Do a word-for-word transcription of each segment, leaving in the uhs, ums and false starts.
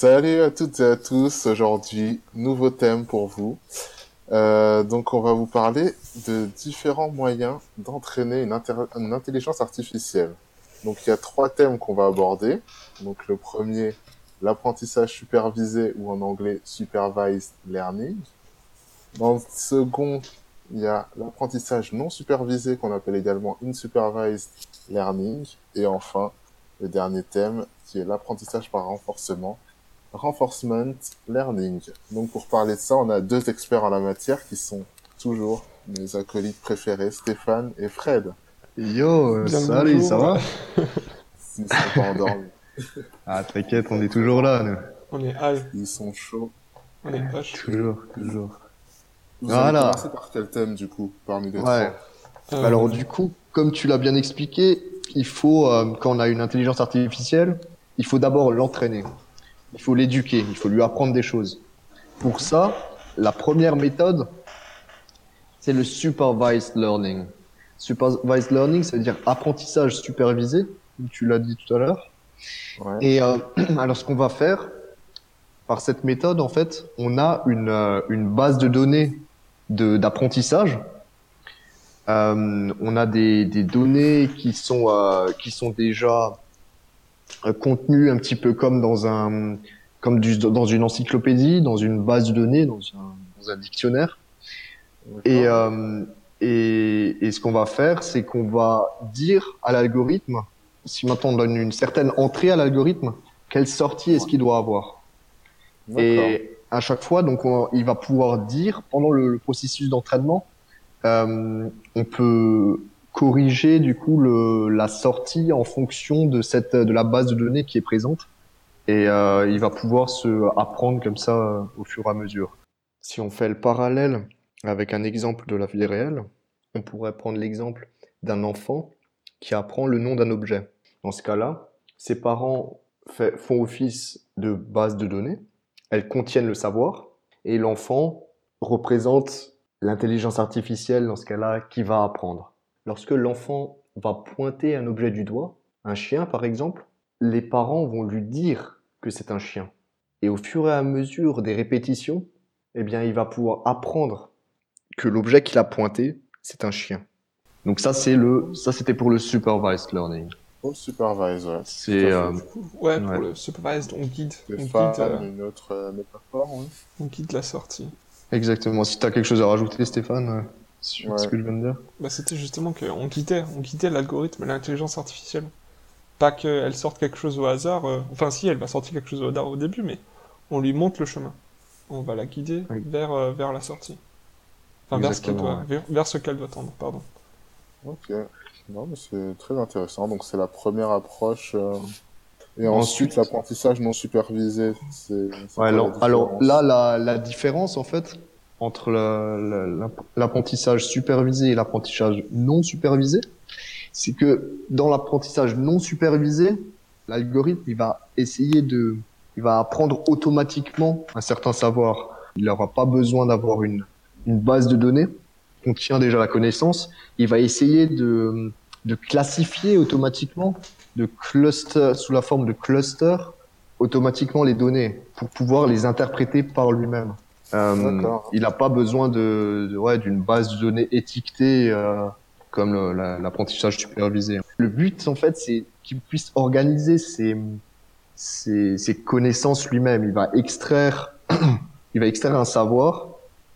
Salut à toutes et à tous. Aujourd'hui, nouveau thème pour vous. Euh, donc, on va vous parler de différents moyens d'entraîner une, inter- une intelligence artificielle. Donc, il y a trois thèmes qu'on va aborder. Donc, le premier, l'apprentissage supervisé ou en anglais supervised learning. Dans le second, il y a l'apprentissage non supervisé qu'on appelle également unsupervised learning. Et enfin, le dernier thème qui est l'apprentissage par renforcement, reinforcement learning. Donc pour parler de ça, on a deux experts en la matière qui sont toujours mes acolytes préférés, Stéphane et Fred. Yo, euh, Bien le salut, ça bonjour. va? S'ils sont pas endormis, Ah, on t'inquiète, peut on est être toujours genre, là, nous. On est high, ils sont chauds. on est H. Et Toujours, toujours. vous allez commencer Voilà. par quel thème du coup, parmi les Ouais. trois? Alors, Euh, du coup, comme tu l'as bien expliqué, il faut, euh, quand on a une intelligence artificielle, il faut d'abord l'entraîner. Il faut l'éduquer, il faut lui apprendre des choses. Pour ça, la première méthode, c'est le supervised learning. Supervised learning, ça veut dire apprentissage supervisé, comme tu l'as dit tout à l'heure. Ouais, Et euh, alors, ce qu'on va faire, par cette méthode, en fait, on a une, euh, une base de données de, d'apprentissage. Euh, on a des, des données qui sont, euh, qui sont déjà euh, contenues un petit peu comme dans un, comme du, dans une encyclopédie, dans une base de données, dans un, dans un dictionnaire. Et, d'accord. euh, et, et ce qu'on va faire, c'est qu'on va dire à l'algorithme, si maintenant on donne une certaine entrée à l'algorithme, quelle sortie est-ce Ouais, qu'il doit avoir. d'accord. Et à chaque fois, donc, on- il va pouvoir dire pendant le, le processus d'entraînement, euh, on peut corriger du coup le, la sortie en fonction de cette de la base de données qui est présente. Et euh, il va pouvoir se apprendre comme ça euh, au fur et à mesure. Si on fait le parallèle avec un exemple de la vie réelle, on pourrait prendre l'exemple d'un enfant qui apprend le nom d'un objet. Dans ce cas-là, ses parents fait- font office de base de données, elles contiennent le savoir, et l'enfant représente l'intelligence artificielle dans ce cas-là qui va apprendre. Lorsque l'enfant va pointer un objet du doigt, un chien par exemple, les parents vont lui dire que c'est un chien. Et au fur et à mesure des répétitions, eh bien, il va pouvoir apprendre que l'objet qu'il a pointé, c'est un chien. Donc ça, c'est le, ça c'était pour le supervised learning. Pour supervise, ouais, tout C'est, à euh, fait. du coup, ouais, pour ouais, le supervised, on guide, on guide, Stéphane, euh, une autre euh, métaphore, ouais. on guide la sortie. exactement. Si t'as quelque chose à rajouter, Stéphane, euh, sur ce Ouais, que je viens de dire. Bah, c'était justement qu'on guidait, on guidait l'algorithme, l'intelligence artificielle. Pas qu'elle sorte quelque chose au hasard, euh, enfin si, elle va sortir quelque chose au hasard au début, mais on lui montre le chemin. On va la guider Oui, vers, euh, vers la sortie. Enfin, vers ce qu'elle exactement, doit, ouais. vers, vers ce qu'elle doit tendre, pardon. ok. Non, mais c'est très intéressant. Donc c'est la première approche. euh, Et ensuite, Ensuite, l'apprentissage non supervisé, c'est c'est ouais, quoi la alors, alors là, différence? la, la différence, en fait, entre le- le- l'app- l'apprentissage supervisé et l'apprentissage non supervisé, c'est que dans l'apprentissage non supervisé, l'algorithme, il va essayer de, il va apprendre automatiquement un certain savoir. Il n'aura pas besoin d'avoir une, une base de données qui contient déjà la connaissance. Il va essayer de, de classifier automatiquement, de cluster, sous la forme de cluster, automatiquement les données pour pouvoir les interpréter par lui-même. Euh, D'accord. il n'a pas besoin de, de- ouais, d'une base de données étiquetée euh, comme le- la- l'apprentissage supervisé. Le but, en fait, c'est qu'il puisse organiser ses, ses, ses connaissances lui-même. Il va extraire, il va extraire un savoir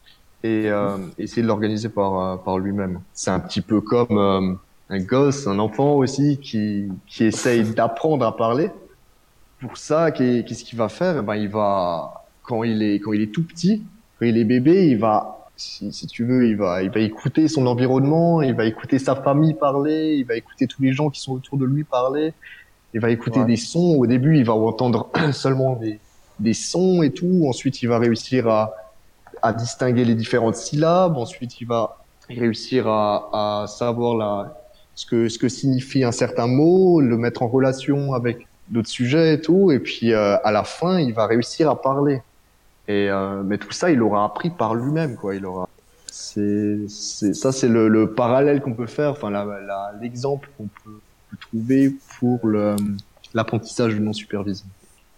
et Mhm. euh, essayer de l'organiser par, euh, par lui-même. C'est un petit peu comme euh, un gosse, un enfant aussi qui, qui essaye d'apprendre à parler. Pour ça, qu'est- qu'est-ce qu'il va faire? Eh ben, il va, quand il est, quand il est tout petit, quand il est bébé, il va, si, si tu veux, il va, il va écouter son environnement, il va écouter sa famille parler, il va écouter tous les gens qui sont autour de lui parler, il va écouter Ouais, des sons. Au début, il va entendre seulement des, des sons et tout. Ensuite, il va réussir à, à distinguer les différentes syllabes. Ensuite, il va réussir à, à savoir la, ce que, ce que signifie un certain mot, le mettre en relation avec d'autres sujets et tout. Et puis, euh, à la fin, il va réussir à parler. Et, euh, mais tout ça, il l'aura appris par lui-même, quoi. Il aura, c'est, c'est, ça, c'est le, le parallèle qu'on peut faire, enfin, la, la, l'exemple qu'on peut, peut trouver pour le, l'apprentissage non supervisé.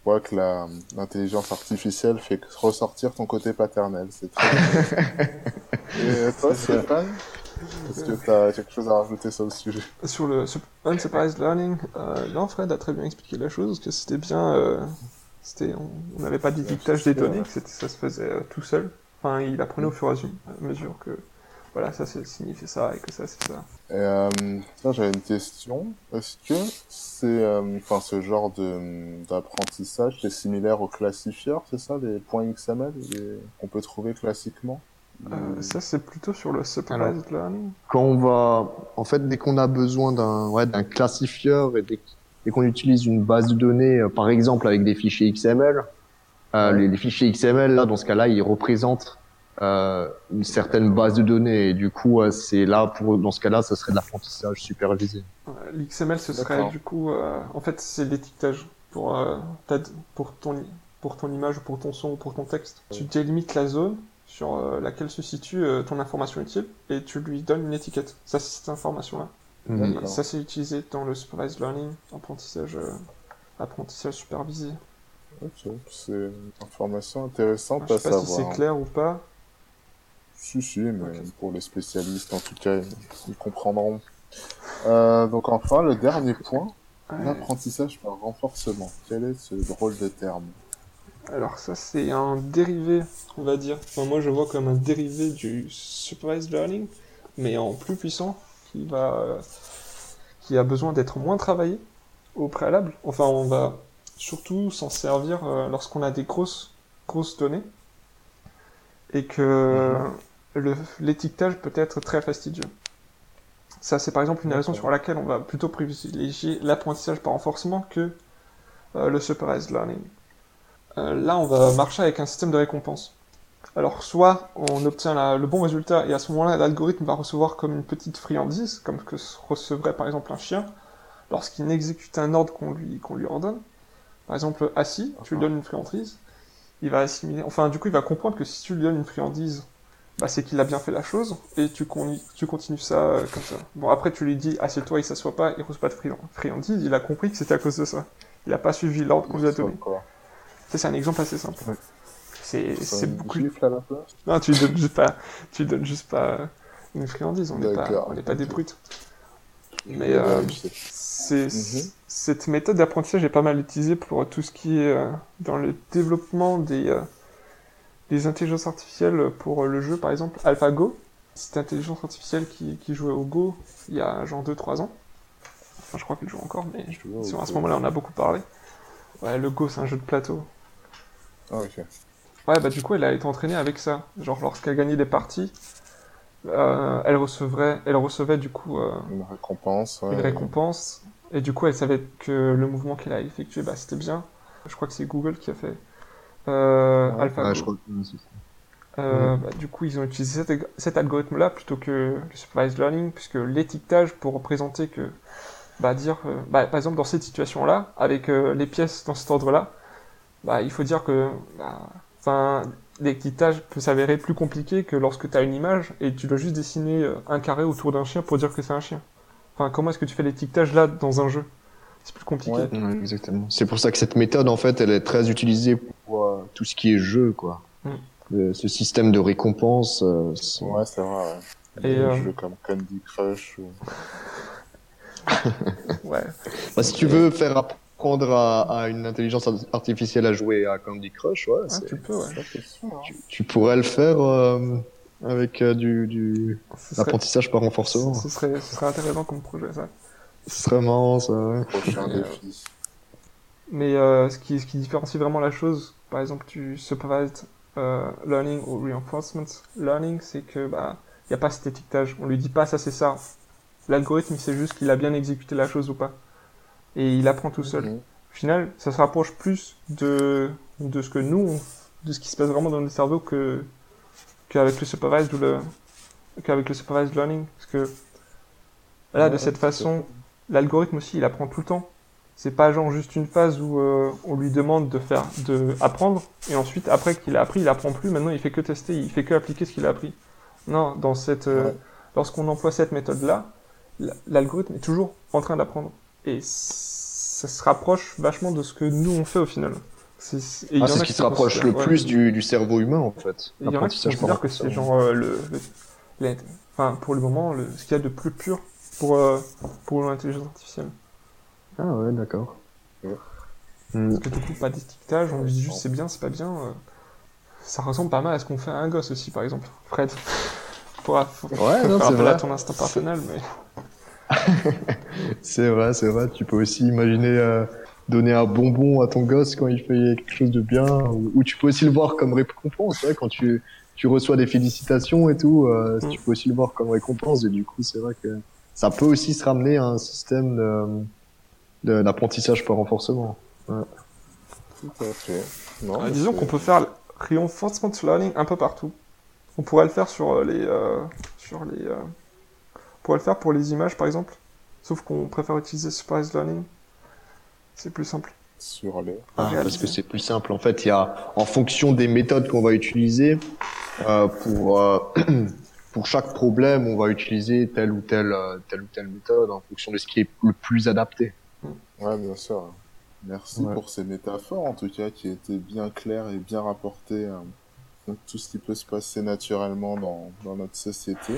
vois que la, l'intelligence artificielle fait que ressortir ton côté paternel. C'est très bien. Et toi, C'est ça. Stéphane, est-ce que tu as quelque chose à rajouter sur le sujet? Sur le sup- unsupervised learning, euh, non, Fred a très bien expliqué la chose, que c'était bien, euh, c'était, on on n'avait pas d'étiquetage des données, que c'était, ça se faisait euh, tout seul. Enfin, il apprenait au fur et à mesure que, voilà, ça c'est signifiait ça et que ça c'est ça. Et, euh, tiens, j'avais une question. Est-ce que c'est, euh, enfin, ce genre de d'apprentissage, c'est similaire aux classifieurs, c'est ça, les points X M L les- qu'on peut trouver classiquement? Euh, Ou- ça c'est plutôt sur le Alors, supervised learning. quand on va, en fait, dès qu'on a besoin d'un, ouais, d'un classifieur et dès, dès qu'on utilise une base de données, euh, par exemple avec des fichiers X M L, euh, Ouais. les, les fichiers X M L, là, dans ce cas-là, ils représentent euh, une certaine base de données et du coup, euh, c'est là pour, dans ce cas-là, ça serait de l'apprentissage supervisé. Euh, L'X M L ce serait D'accord. du coup, euh, en fait c'est l'étiquetage pour, euh, ta- pour, ton, i- pour ton image ou pour ton son ou pour ton texte. Tu délimites la zone sur euh, laquelle se situe euh, ton information utile et tu lui donnes une étiquette. Ça c'est cette information-là. Et D'accord. ça c'est utilisé dans le supervised learning, apprentissage, euh, apprentissage supervisé. Ok, c'est une information intéressante Je à sais pas si c'est savoir. clair ou pas. Si, si, mais Ok. pour les spécialistes, en tout cas, ils, ils comprendront. Euh, donc enfin, le dernier point, Ouais. l'apprentissage par renforcement. Quel est ce drôle de terme? Alors ça c'est un dérivé, on va dire. Enfin moi je vois comme un dérivé du supervised learning, mais en plus puissant, qui va, euh, qui a besoin d'être moins travaillé au préalable. Enfin on va surtout s'en servir euh, lorsqu'on a des grosses, grosses données et que le- l'étiquetage peut être très fastidieux. Ça c'est par exemple une raison D'accord. sur laquelle on va plutôt privilégier l'apprentissage par renforcement que euh, le supervised learning. Euh, là, on va marcher avec un système de récompense. Alors, soit on obtient la- le bon résultat et à ce moment-là, l'algorithme va recevoir comme une petite friandise, comme que recevrait par exemple un chien, lorsqu'il exécute un ordre qu'on lui, qu'on lui ordonne. Par exemple, assis, tu lui donnes une friandise, il va assimiler. Enfin, du coup, il va comprendre que si tu lui donnes une friandise, bah, c'est qu'il a bien fait la chose et tu, con- tu continues ça euh, comme ça. Bon, après, tu lui dis assieds-toi, il s'assoit pas, il reçoit pas de friand- friandise, il a compris que c'était à cause de ça. Il a pas suivi l'ordre qu'on lui a donné. Quoi. Ça, c'est un exemple assez simple. Ouais. C'est, C'est c'est une beaucoup. gifle à la place? Non, tu lui donnes juste pas, tu lui donnes juste pas une friandise. On n'est pas, D'accord. on n'est pas des Ok. brutes. Je Mais vais euh, vérifier. c'est, Mhm. cette méthode d'apprentissage est pas mal utilisée pour tout ce qui est euh, dans le développement des, euh, des intelligences artificielles pour le jeu, par exemple AlphaGo. Cette intelligence artificielle qui, qui jouait au Go il y a genre deux trois ans. Enfin, je crois qu'elle joue encore, mais Je vois au sur- à ce Go. moment-là, on a beaucoup parlé. Ouais, le Go, c'est un jeu de plateau. Ah, ok. Ouais, bah du coup, elle a été entraînée avec ça. Genre, lorsqu'elle gagnait des parties, euh, elle recevrait, elle recevait du coup euh, Une récompense, ouais. une récompense. Et du coup, elle savait que le mouvement qu'elle a effectué, bah, c'était bien. Je crois que c'est Google qui a fait euh, Ouais. AlphaGo. Ouais, je crois que c'est ça. Euh, bah, du coup, ils ont utilisé cet, cet algorithme-là plutôt que le supervised learning, puisque l'étiquetage pour représenter que, bah, dire, euh, bah, par exemple, dans cette situation-là, avec euh, les pièces dans cet ordre-là, bah, il faut dire que, bah, enfin, l'étiquetage peut s'avérer plus compliqué que lorsque tu as une image et tu dois juste dessiner euh, un carré autour d'un chien pour dire que c'est un chien. Enfin, comment est-ce que tu fais l'étiquetage là dans un jeu? C'est plus compliqué. Ouais. Ouais, exactement. C'est pour ça que cette méthode, en fait, elle est très utilisée pour euh, tout ce qui est jeu, quoi. Mm. Le- ce système de récompense, euh, c'est- Ouais, c'est vrai, ouais. Et, Des euh, jeux comme Candy Crush ou... Ouais. Bah, si tu veux faire apprendre à, à une intelligence art- artificielle à jouer à Candy Crush, ouais, Ah, c'est- tu peux, ouais. Ça, c'est sûr, hein. tu, tu pourrais le faire euh, avec euh, du, du Ce serait, apprentissage par ce, renforcement. ce serait, ce serait intéressant comme projet, ça. Ce serait marrant, ça. Ouais. Prochain Mais, euh, défi. Mais euh, ce, qui, ce qui différencie vraiment la chose, par exemple, du supervised euh, learning ou reinforcement learning, c'est que bah y a pas cet étiquetage. On lui dit pas ça c'est ça. L'algorithme il sait juste qu'il a bien exécuté la chose ou pas, et il apprend tout seul. Mhm. Au final, ça se rapproche plus de de ce que nous, on- de ce qui se passe vraiment dans le cerveau que qu'avec le supervised ou le qu'avec le supervised learning, parce que là de Ouais, cette tout à façon, fait. l'algorithme aussi il apprend tout le temps. C'est pas genre juste une phase où euh, on lui demande de faire, de apprendre, et ensuite après qu'il a appris, il apprend plus. Maintenant, il fait que tester, il fait que appliquer ce qu'il a appris. Non, dans cette, euh, Ouais. lorsqu'on emploie cette méthode-là, l- l'algorithme est toujours en train d'apprendre, et ça se rapproche vachement de ce que nous on fait au final. C'est, c'est- et il y Ah, en c'est a ce qui qui se rapproche considèrent- le ouais. plus du, du cerveau humain, en fait. Et il y en a qui L'apprentissage par considèrent que c'est renforcement. genre euh, le, le- les- enfin pour le moment le, ce qu'il y a de plus pur pour euh, pour l'intelligence artificielle. Ah ouais, d'accord. Ouais. Hmm. Parce que du coup pas d'étiquetage, on lui dit juste c'est bien, c'est pas bien. euh, Ça ressemble pas mal à ce qu'on fait à un gosse aussi par exemple. Fred, pour faut, faut Ouais, non, faire c'est appel à vrai. ton instinct personnel, mais C'est vrai, c'est vrai. Tu peux aussi imaginer euh, donner un bonbon à ton gosse quand il fait quelque chose de bien, ou, ou tu peux aussi le voir comme récompense, ouais, quand tu, tu reçois des félicitations et tout, euh, Mm. tu peux aussi le voir comme récompense, et du coup, c'est vrai que ça peut aussi se ramener à un système de, de- d'apprentissage par renforcement. Ouais. Tout à fait. Non, euh, mais disons c'est- qu'on peut faire le reinforcement learning un peu partout. On pourrait le faire sur euh, les euh, sur les euh, on pourrait le faire pour les images par exemple. Sauf qu'on préfère utiliser supervised learning. C'est plus simple. sur les... à Ah, parce réaliser. que c'est plus simple. En fait, il y a, en fonction des méthodes qu'on va utiliser, euh, pour, euh, pour chaque problème, on va utiliser telle ou telle, euh, telle ou telle méthode en fonction de ce qui est le plus adapté. Ouais, bien sûr. Merci Ouais. pour ces métaphores, en tout cas, qui étaient bien claires et bien rapportées. euh, donc, tout ce qui peut se passer naturellement dans, dans notre société.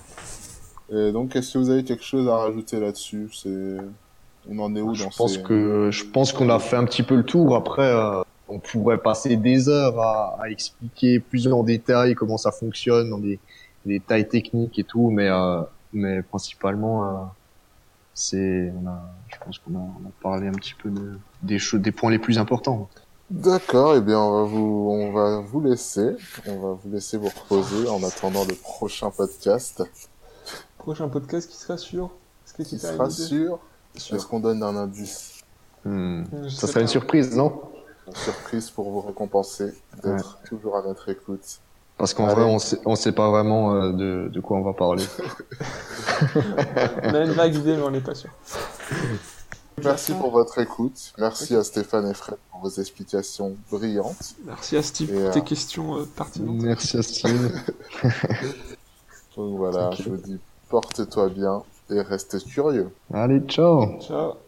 Et donc, est-ce que vous avez quelque chose à rajouter là-dessus? C'est... On en est où Je dans pense ces... que, je pense qu'on a fait un petit peu le tour. Après, euh, on pourrait passer des heures à, à expliquer plus en détail comment ça fonctionne dans des, des détails techniques et tout, mais, euh, mais principalement, euh, c'est, on a, je pense qu'on a, on a parlé un petit peu de, des choses, des points les plus importants. D'accord, eh bien, on va vous, on va vous laisser. On va vous laisser vous reposer en attendant le prochain podcast Prochain podcast qui sera sur. Est-ce que qui tu as sera une idée sûr. Sur. Est-ce qu'on donne un indice? Hmm. Je Ça sais serait une pas. surprise, non? Une surprise pour vous récompenser d'être toujours à notre écoute. Parce qu'en Allez. vrai, on sait, on sait pas vraiment euh, de, de quoi on va parler. On a une vague idée, mais on n'est pas sûr. Merci pour votre écoute. Merci Ok. à Stéphane et Fred pour vos explications brillantes. Merci à Steve Et, pour tes euh, questions euh, pertinentes. Merci à Steve. Donc voilà, Ok. je vous dis porte-toi bien et reste curieux. Allez, ciao! Ciao.